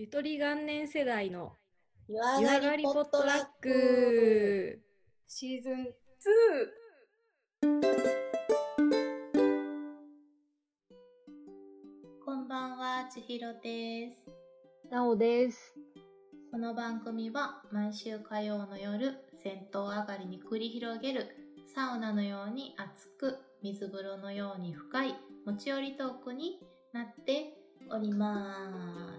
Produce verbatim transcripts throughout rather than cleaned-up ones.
ゆとり元年世代の湯湯上上がりがりポッポットラットラッククシーズンツこんばんは、ちひろです。 ー。なおです。 この番組は毎週火曜の夜、銭湯上がりに繰り広げるサウナのように熱く、水風呂のように深い持ち寄りトークになっております。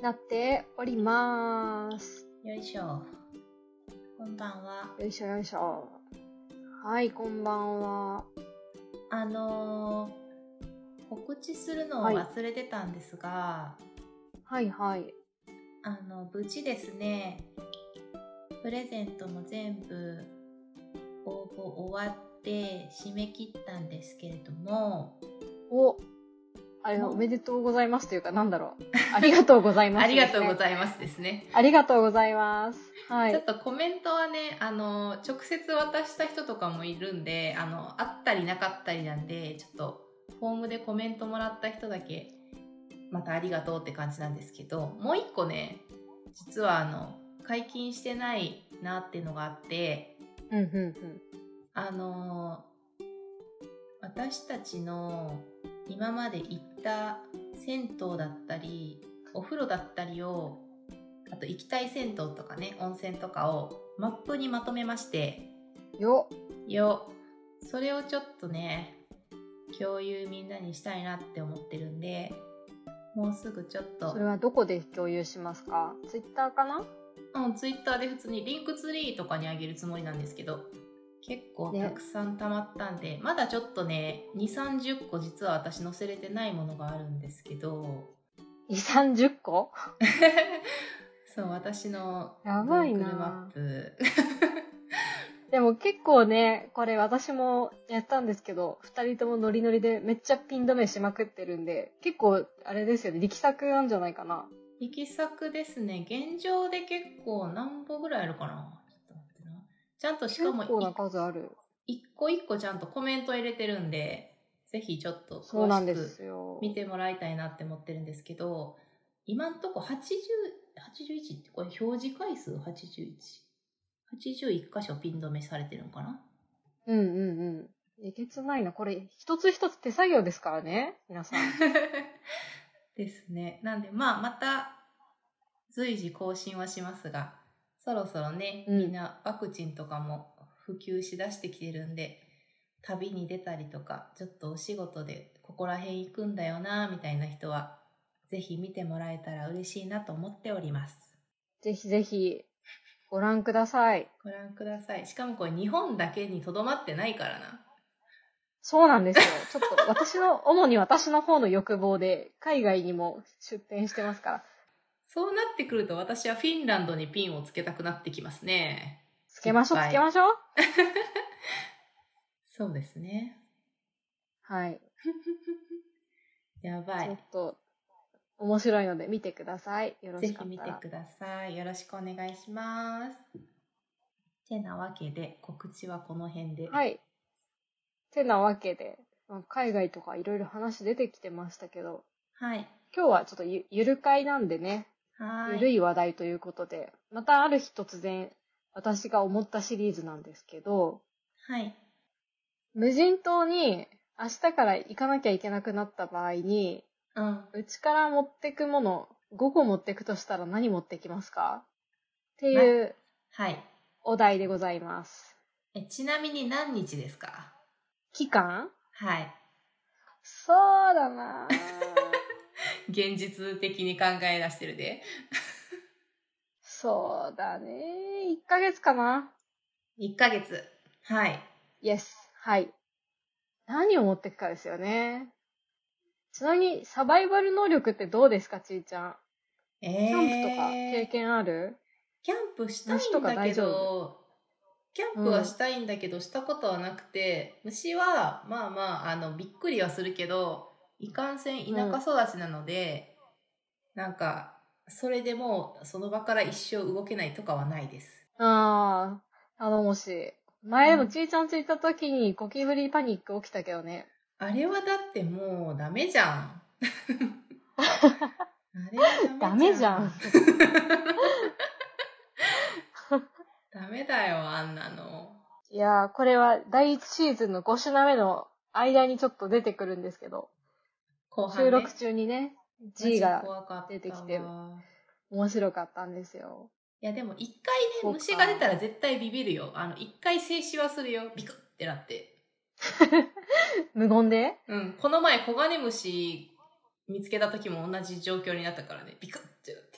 なっております。 よいしょ。こんばんは。 よいしょよいしょ。はい、こんばんは。 あのー、告知するのを忘れてたんですが、 はいはい。 あの無事ですね、プレゼントも全部応募終わって締め切ったんですけれども、 お、あれもうおめでとうございますというか、なんだろう。ありがとうございます、 ありがとうごいざいますですね。 ます。ありがとうございます。はい。 ちょっとコメントはね、あの直接渡した人とかもいるんで、あのあったりなかったりなんで、ちょっとフォームでコメントもらった人だけまたありがとうって感じなんですけど、もう一個ね、実はあの解禁してないなっていうのがあって、 うんうんうん。 あの私たちの今まで行った銭湯だったりお風呂だったりを、あと行きたい銭湯とかね、温泉とかをマップにまとめまして、 よよそれをちょっとね共有みんなにしたいなって思ってるんで、もうすぐちょっとそれはどこで共有しますか？ツイッターかな？ うん、ツイッターで普通にリンクツリーとかにあげるつもりなんですけど、結構たくさん溜まったんで、ね、まだちょっとねにじゅう、さんじゅっこ実は私載せれてないものがあるんですけどにじゅう、さんじゅっこそう、私のやばい Google なマップでも結構ね、これ私もやったんですけど、二人ともノリノリでめっちゃピン止めしまくってるんで、結構あれですよね、力作なんじゃないかな。 力作ですね。現状で結構何本ぐらいあるかな。ちょっと待ってな。ちゃんとしかも結構な数ある。 一個一個ちゃんとコメント入れてるんで、ぜひちょっとそうなんで詳しくすよ。 見てもらいたいなって思ってるんですけど、今んとこはちじゅう、はちじゅういちってこれ表示回数はちじゅういち。はちじゅういっ箇所ピン止めされてるのかな。 うんうんうん。えげつないな。これ一つ一つ手作業ですからね、皆さん。 ですね。なんでまあまた随時更新はしますが、そろそろね、 うんみんなワクチンとかも普及しだしてきてるんで、旅に出たりとか、ちょっとお仕事でここら辺行くんだよなみたいな人は、ぜひ見てもらえたら嬉しいなと思っております。 ぜひぜひご覧ください。 ご覧ください。しかもこれ日本だけにとどまってないからな。 そうなんですよ。ちょっと私の、主に私の方の欲望で海外にも出店してますから。 そうなってくると私はフィンランドにピンをつけたくなってきますね。 つけましょう、 いっぱいつけましょう。 そうですね。 はい。 やばい。 ちょっと面白いので見てください。よろぜしかったら。 ひ見てください。よろしくお願いします。てなわけで告知はこの辺で。 はい。てなわけで、まあ海外とかいろいろ話出てきてましたけど、 はい。 今日はちょっとゆゆる会なんでね、 はい。 ゆるい話題ということで、またある日突然私が思ったシリーズなんですけど、 はい。 無人島に明日から行かなきゃいけなくなった場合に、 うん。 うちから持ってくもの、ごこ持ってくとしたら何持ってきますかっていうはい。 お題でございます。 え、ちなみに何日ですか？ 期間？ はい。 そうだな現実的に考え出してるで。 そうだね。いっかげつかな。 いっかげつ。はい。 イエス。はい。何を持ってくかですよね。ちなみに、サバイバル能力ってどうですか、ちーちゃん。 えー、 キャンプとか経験ある？ キャンプしたい虫とんだけか大丈夫？ ど、キャンプはしたいんだけど、したことはなくて、虫は、まあまあ、あの、びっくりはするけど、いかんせん田舎育ちなので、うん、なんか、それでもう、その場から一生動けないとかはないです。 あー、頼もしい。前もちーちゃんついた時にゴキブリパニック起きたけどね。 あれはだってもうダメじゃん。 あれはダメじゃん。 ダメだよ、あんなの。 いやー、これはだいいちシーズンのご品目の間にちょっと出てくるんですけど、 後半ね、 収録中にね、G が出てきて、 わ面白かったんですよ。 いやでも一回ね、虫が出たら絶対ビビるよ。あの、一回静止はするよ。ビクッってなって。 無言で？ うん。この前、コガネムシ見つけた時も同じ状況になったからね、ビクッってなって。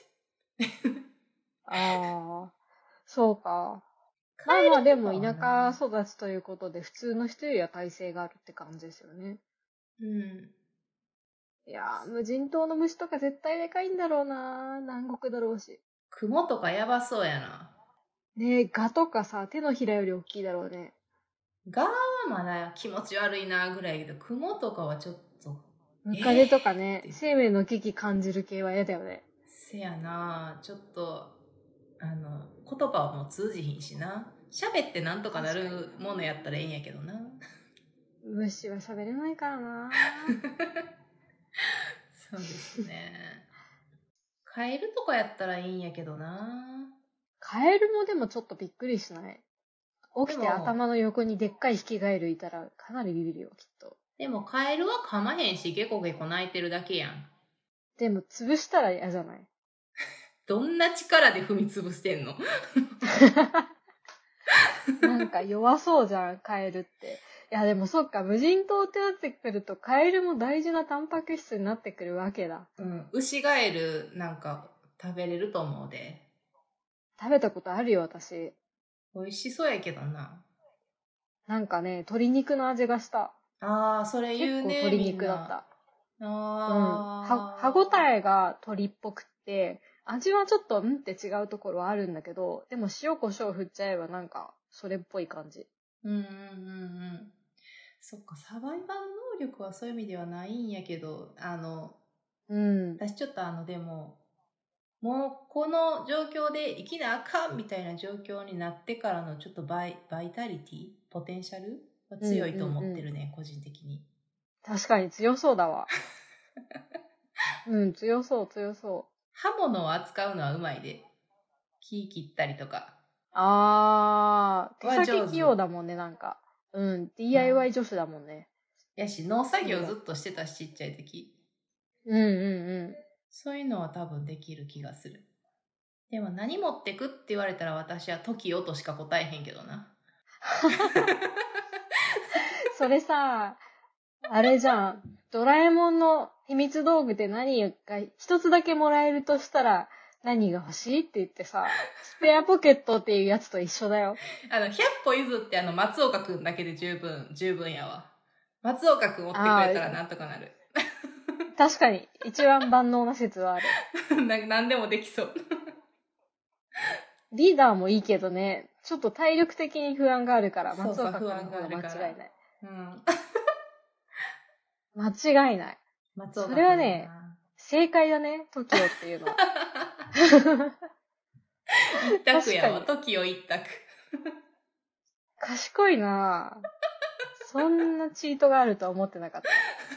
ああ、そうか。まあまあでも田舎育ちということで普通の人よりは耐性があるって感じですよね。 うん。 いやー、無人島の虫とか絶対でかいんだろうな。南国だろうし。 雲とかやばそうやな。 ねえ、ガとかさ、手のひらより大きいだろうね。 ガはまだ気持ち悪いなぐらいやけど、雲とかはちょっと。 ムカデとかね、えー、生命の危機感じる系は嫌だよね。 せやな、ちょっと、あの、言葉はもう通じひんしな。喋ってなんとかなるものやったらええんやけどな。 虫は喋れないからな。 そうですね。カエルとかやったらいいんやけどな。 カエルもでもちょっとびっくりしない？起きて頭の横にでっかいヒキガエルいたらかなりビビるよ、きっと。 でもカエルは噛まへんし、ゲコゲコ鳴いてるだけやん。 でも潰したら嫌じゃない？ どんな力で踏み潰してんの？ なんか弱そうじゃん、カエルって。いやでもそっか、無人島ってなってくるとカエルも大事なタンパク質になってくるわけだ。 うん。ウシガエルなんか食べれると思うで。 食べたことあるよ、私。 美味しそうやけどな。 なんかね、鶏肉の味がした。 ああ、それ言うね。 結構鶏肉だった。 ああ。 うん。は、歯ごたえが鶏っぽくって、味はちょっとうんって違うところはあるんだけど、でも塩コショウ振っちゃえばなんか、それっぽい感じ。 うんうんうんうん。そっか、サバイバル能力はそういう意味ではないんやけど、あの、 うん。 私ちょっとあの、でも、もうこの状況で生きなあかんみたいな状況になってからのちょっとバイ、バイタリティポテンシャルは強いと思ってるね、うんうんうん、個人的に。 確かに強そうだわ。うん、強そう強そう。 刃物を扱うのはうまいで。木切ったりとか。 あー、手先器用だもんね、なんか。うん、ディーアイワイ 女子だもんね。 やし、農作業ずっとしてたし、ちっちゃい時。 うんうんうん。 そういうのは多分できる気がする。でも何持ってくって言われたら私はトキオとしか答えへんけどな。 それさ、あれじゃん。ドラえもんの秘密道具で何が一つだけもらえるとしたら何が欲しいって言ってさ、スペアポケットっていうやつと一緒だよ。 あの、ひゃっぽ譲ってあの、松岡くんだけで十分、十分やわ。松岡くん追ってくれたらなんとかなる。 確かに、一番万能な説はある。 な何でもできそう。 リーダーもいいけどね、ちょっと体力的に不安があるから、松岡くんの方が間違いない。 うん。 間違いない。松岡くん。それはね、正解だね、トキオっていうのは。 一択やわ、トキオ一択。 賢いなぁ。そんなチートがあるとは思ってなかった。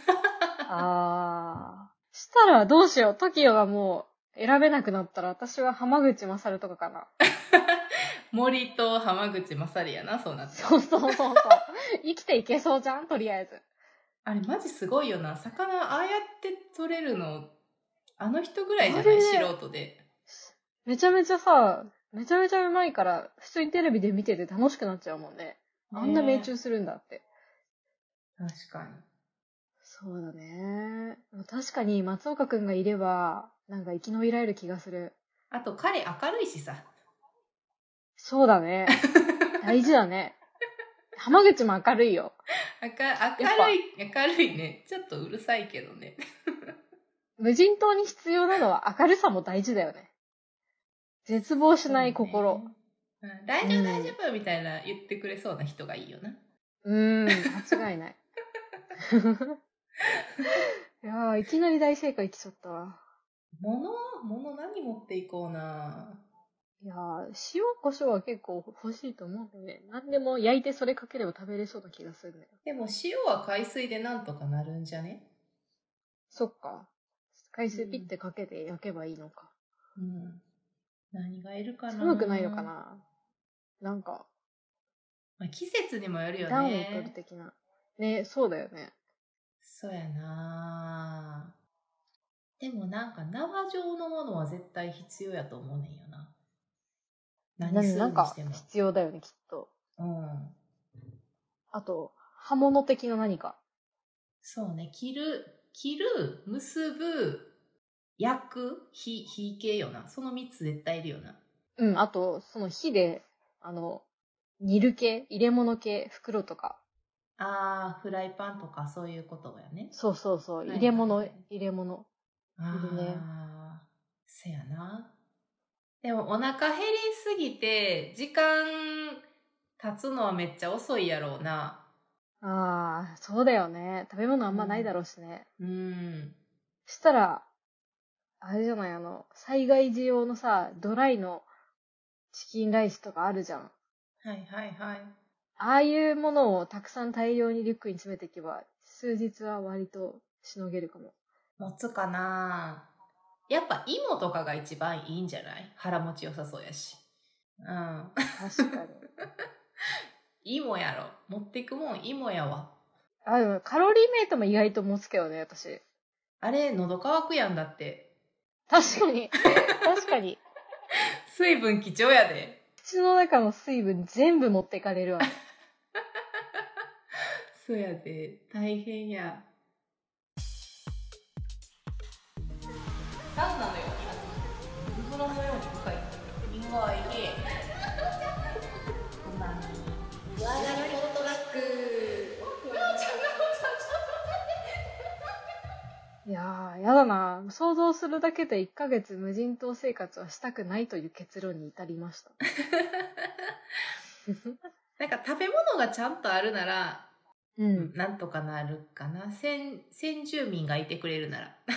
あー。したらどうしよう。トキオがもう選べなくなったら私は浜口勝とかかな。 森と浜口勝やな、そうなって。 そうそうそうそう。生きていけそうじゃん、とりあえず。 あれマジすごいよな。魚ああやって取れるの、あの人ぐらいじゃない、素人で。 めちゃめちゃさ、めちゃめちゃうまいから、普通にテレビで見てて楽しくなっちゃうもんね。あんな命中するんだって。 確かに。 そうだね。確かに松岡くんがいれば、なんか生き延びられる気がする。 あと彼明るいしさ。 そうだね。大事だね。浜口も明るいよ。 明, 明るい、明るいね。ちょっとうるさいけどね。 無人島に必要なのは明るさも大事だよね。絶望しない心。 ね、うん、大丈夫大丈夫みたいな言ってくれそうな人がいいよな。 うーん、間違いない。いやー、いきなり大正解来ちゃったわ。 物物何持っていこうな。 いやー、塩胡椒は結構欲しいと思うんだよね。何でも焼いてそれかければ食べれそうな気がするんだよ。 でも塩は海水でなんとかなるんじゃね？ そっか。 海水ピッてかけて焼けばいいのか。 うん。何がいるかな。 寒くないのかな。なんか。 まあ、季節にもよるよね。 暖を取る的な。ね、そうだよね。 そうやな。でもなんか縄状のものは絶対必要やと思うねんよな。何するにしても。 なんか必要だよね、きっと。 うん。 あと、刃物的な何か。 そうね、切る、切る、結ぶ、焼く、火、火系よな。その三つ絶対いるよな。 うん、あと、その火で、あの、煮る系、入れ物系、袋とか。 あー、フライパンとかそういうことやね。 そうそうそう、 はいはいはい入れ物、入れ物。いるね。 あー、せやな。でもお腹減りすぎて、時間経つのはめっちゃ遅いやろうな。 ああ、そうだよね。食べ物あんまないだろうしね。 うん。 したら、あれじゃない、あの、災害時用のさ、ドライのチキンライスとかあるじゃん。 はいはいはい。 ああいうものをたくさん大量にリュックに詰めていけば、数日は割としのげるかも。 持つかな。やっぱ芋とかが一番いいんじゃない？腹持ちよさそうやし。うん。 確かに。 芋やろ。持っていくもん芋やわ。 あ、でもカロリーメイトも意外と持つけどね、私。 あれ、喉乾くやんだって。 確かに。確かに。 水分貴重やで。 口の中の水分全部持ってかれるわね。 そうやで。大変や。サウナのように熱くて、水風呂のように深い。リンゴはいけ。こんなに。わがりホットラック。 いやー、やだな。想像するだけでいっかげつ無人島生活はしたくないという結論に至りました。 なんか食べ物がちゃんとあるなら、 うん、 なんとかなるかな。先、先住民がいてくれるなら。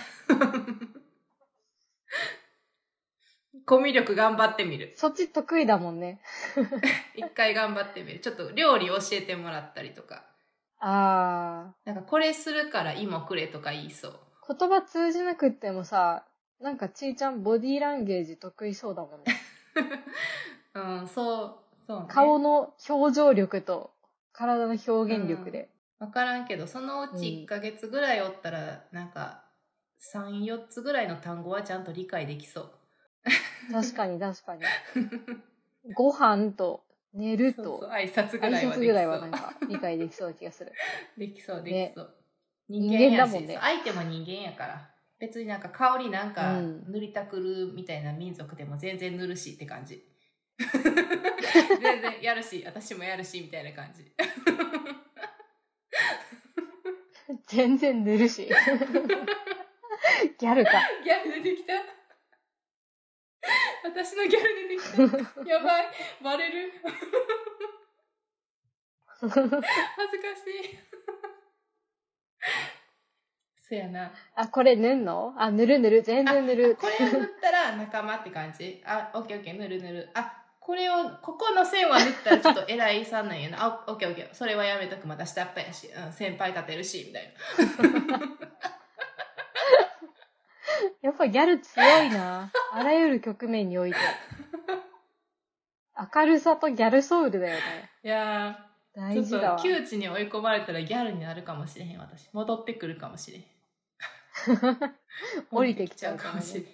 コミュ力頑張ってみる。 そっち得意だもんね。 一回頑張ってみる。ちょっと料理教えてもらったりとか。 あなんかこれするから芋くれとか言いそう。 ー、言葉通じなくってもさ、なんかちーちゃんボディーランゲージ得意そうだもんね。 うん、そう、そうね。 顔の表情力と体の表現力で。 わ、うん、からんけど、そのうちいっかげつぐらいおったら、なんか、さん、よっつぐらいの単語はちゃんと理解できそう。 確かに確かに。ご飯と寝るとそうそう挨拶ぐらいはできそう。 挨拶ぐらいはなんか理解できそうな気がする。 できそうできそう。ね、 人間だもんね。 相手も人間やから。別になんか香りなんか塗りたくるみたいな民族でも全然塗るしって感じ。全然やるし、私もやるしみたいな感じ。 全然塗るし。ギャルか。 ギャル出てきた。私のギャル出てきた。やばい。バレる。恥ずかしい。そやな。 あ、これ塗んの？あ、塗る塗る。全然塗る。 これを塗ったら仲間って感じ？あ、オッケーオッケー、塗る塗る。あ、これを、ここの線は塗ったらちょっと偉いさんなんやな。あ、オッケーオッケー。それはやめとく。また下っ端やし。うん、先輩立てるし、みたいな。 やっぱギャル強いな。あらゆる局面において。明るさとギャルソウルだよね。 いやー、大事だわ。ちょっと窮地に追い込まれたらギャルになるかもしれへん、私。戻ってくるかもしれへん。 降りてきちゃうかもしれん。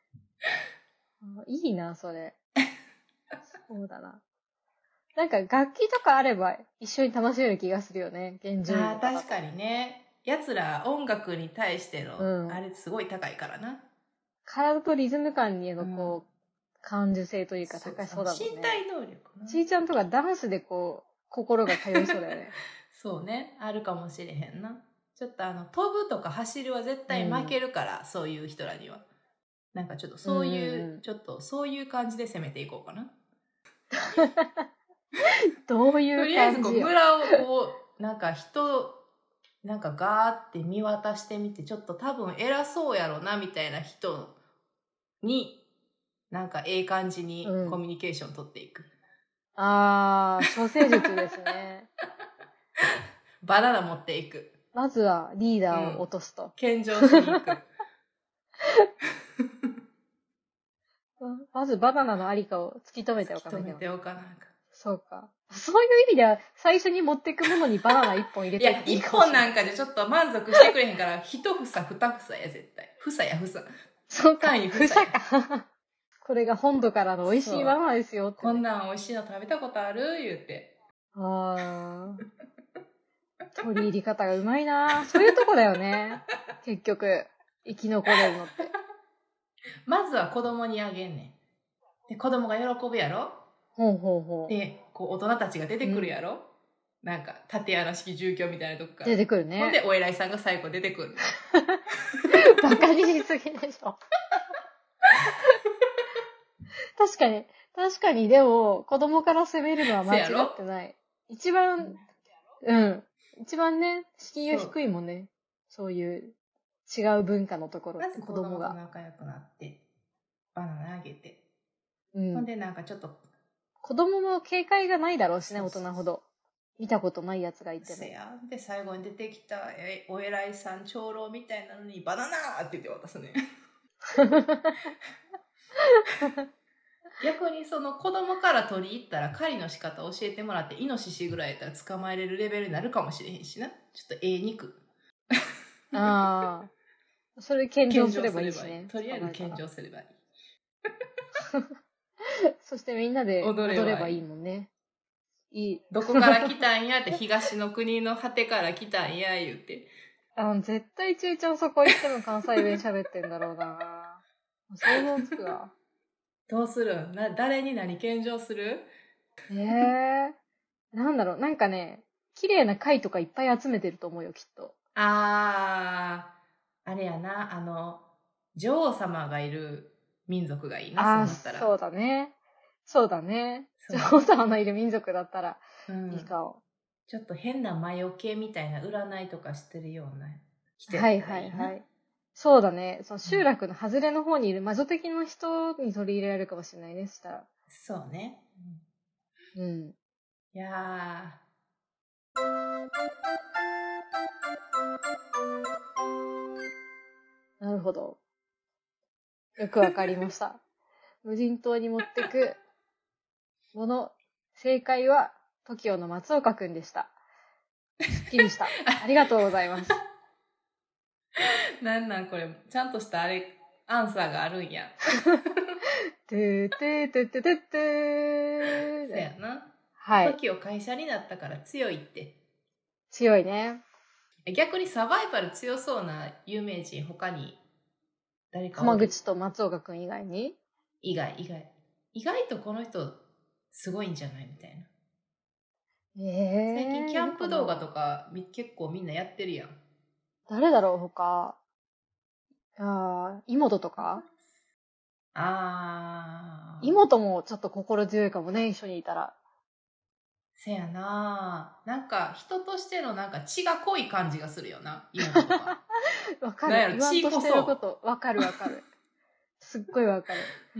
いいな、それ。そうだな。なんか楽器とかあれば一緒に楽しめる気がするよね、現状。 ああ、確かにね。奴ら音楽に対しての、うん、あれすごい高いからな。 体とリズム感にのこう、うん、感受性というか高そうだもんね。 身体能力な。 ちーちゃんとかダンスでこう、心が通いそうだよね。 そうね。あるかもしれへんな。ちょっとあの、飛ぶとか走るは絶対負けるから、うん、そういう人らには。なんかちょっとそういう、うんうん、ちょっとそういう感じで攻めていこうかな。 どういう感じ？とりあえずこう村をこう、なんか人、なんかガーって見渡してみて、ちょっと多分偉そうやろな、みたいな人に、なんかええ感じにコミュニケーション取っていく。 うん、あー、処世術ですね。 バナナ持っていく。 まずはリーダーを落とすと。 うん、献上しに行く。 まずバナナのありかを突き止めておかなきゃ。 突き止めておかなきゃ。 そうか。そういう意味では、最初に持ってくものにバナナ一本入れていや、一本なんかでちょっと満足してくれへんから、一房、二房や、絶対。房や、房。 そうか。 単位ふさか。これが本土からの美味しいバナナですよって、ね。 こんなん美味しいの食べたことある言うて。 ああ。取り入り方がうまいな。そういうとこだよね。結局、生き残れるのって。 まずは子供にあげんねん。で、子供が喜ぶやろ。 ほうほうほう。 で、こう大人たちが出てくるやろ。うん、なんか、縦穴式住居みたいなとこから。 出てくるね。 ほんで、お偉いさんが最後出てくる。 バカにしすぎでしょ。確かに、確かに、でも、子供から責めるのは間違ってない。一番、うん。一番ね、敷居が低いもんね。そう、そういう違う文化のところって子供が。 まず子供と仲良くなって、バナナあげて。 うん。 ほんでなんかちょっと。 子供も警戒がないだろうしね、大人ほど。見たことないやつがいても。 せや。で、最後に出てきたえお偉いさん長老みたいなのにバナナーって言って渡すね。逆にその子供から取り入ったら狩りの仕方教えてもらってイノシシぐらいやったら捕まえれるレベルになるかもしれへんしな。ちょっとええ肉。 ああ。それ献上すればいいしね。 とりあえず献上すればいい。 そしてみんなで踊ればいいもんね。いい。 どこから来たんやって東の国の果てから来たんや言うて。 あの、絶対ちいちゃんそこ行っても関西弁喋ってんだろうな。想像つくわ。 どうするんな、誰に何献上する？ ええー。なんだろう、なんかね、綺麗な貝とかいっぱい集めてると思うよ、きっと。 あー、あれやな、あの、女王様がいる民族がいいな、 あそうなったら。 そうだね。そうだね。女王様のいる民族だったらいいかも。うん、 ちょっと変な魔除けみたいな占いとかしてるような人やったらいいな。はいはいはい。そうだね。その集落の外れの方にいる魔女的な人に取り入れられるかもしれないね、そしたら。 そうね。 うん。 いやー。なるほど。よくわかりました。無人島に持ってくもの、正解は トキオ の松岡くんでした。すっきりした。ありがとうございます。 なんなんこれ、ちゃんとしたあれ、アンサーがあるんや。 てーてーてーてーてーてー。 そうやな。 はい。 トキオ会社になったから強いって。 強いね。 逆にサバイバル強そうな有名人他に誰かおる？ 浜口と松岡くん以外に？ 意外、意外。意外とこの人すごいんじゃないみたいな。 えー、 最近キャンプ動画とか結構みんなやってるやん。 誰だろう他。ああ、妹とか？ あー。 妹もちょっと心強いかもね、一緒にいたら。 せやなぁ。なんか人としてのなんか血が濃い感じがするよな、妹とか。 わかる。 なんやろ、 言わんとしてること、わかるわかる。すっごいわかる。 うん。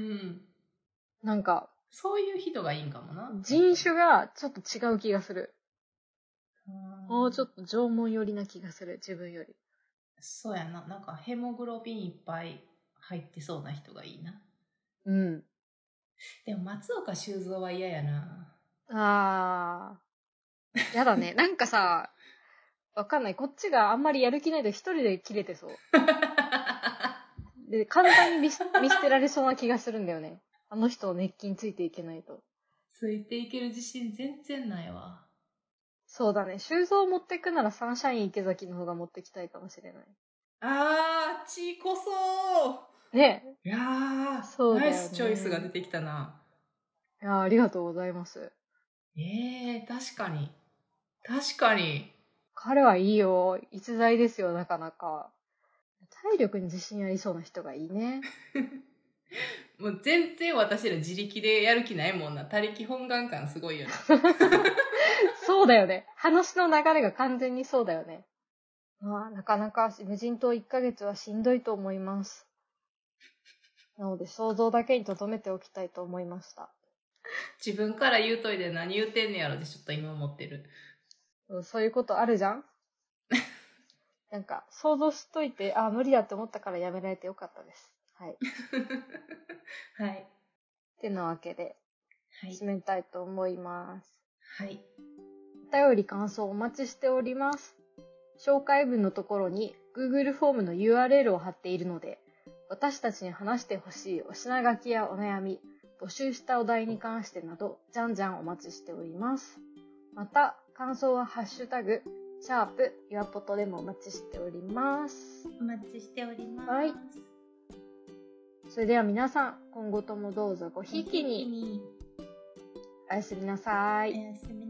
なんか、 そういう人がいいんかもな。 人種がちょっと違う気がする。もうちょっと縄文寄りな気がする、自分より。 そうやな。なんかヘモグロビンいっぱい入ってそうな人がいいな。 うん。 でも松岡修造は嫌やな。 あー。やだね。なんかさ、わかんない。こっちがあんまりやる気ないと一人で切れてそう。で、簡単に見捨てられそうな気がするんだよね。あの人を熱気についていけないと。 ついていける自信全然ないわ。 そうだね。修造を持ってくならサンシャイン池崎の方が持ってきたいかもしれない。 あー、血こそねいやー、 そうだよね。 ナイスチョイスが出てきたな。 いやありがとうございます。 えー、確かに。確かに。 彼はいいよ。逸材ですよ、なかなか。体力に自信ありそうな人がいいね。 もう全然私ら自力でやる気ないもんな。他力本願感すごいよね。 そうだよね。話の流れが完全にそうだよね。まあ、なかなか無人島いっかげつはしんどいと思います。なので想像だけに留めておきたいと思いました。 自分から言うといて何言うてんねやろってちょっと今思ってる。 そういうことあるじゃんなんか、想像しといて、あ、無理だって思ったからやめられてよかったです。はい。 はい。 てなわけで、 はい。 締めたいと思います。 はい。 お便り感想お待ちしております。紹介文のところに Google フォームの ユーアールエル を貼っているので、私たちに話してほしいお品書きやお悩み、募集したお題に関してなど、じゃんじゃんお待ちしております。また、感想はハッシュタグ、シャープ、ユアポトでもお待ちしております。 お待ちしております。 はい。それでは皆さん、今後ともどうぞごひいきに。おやすみなさい。 おやすみ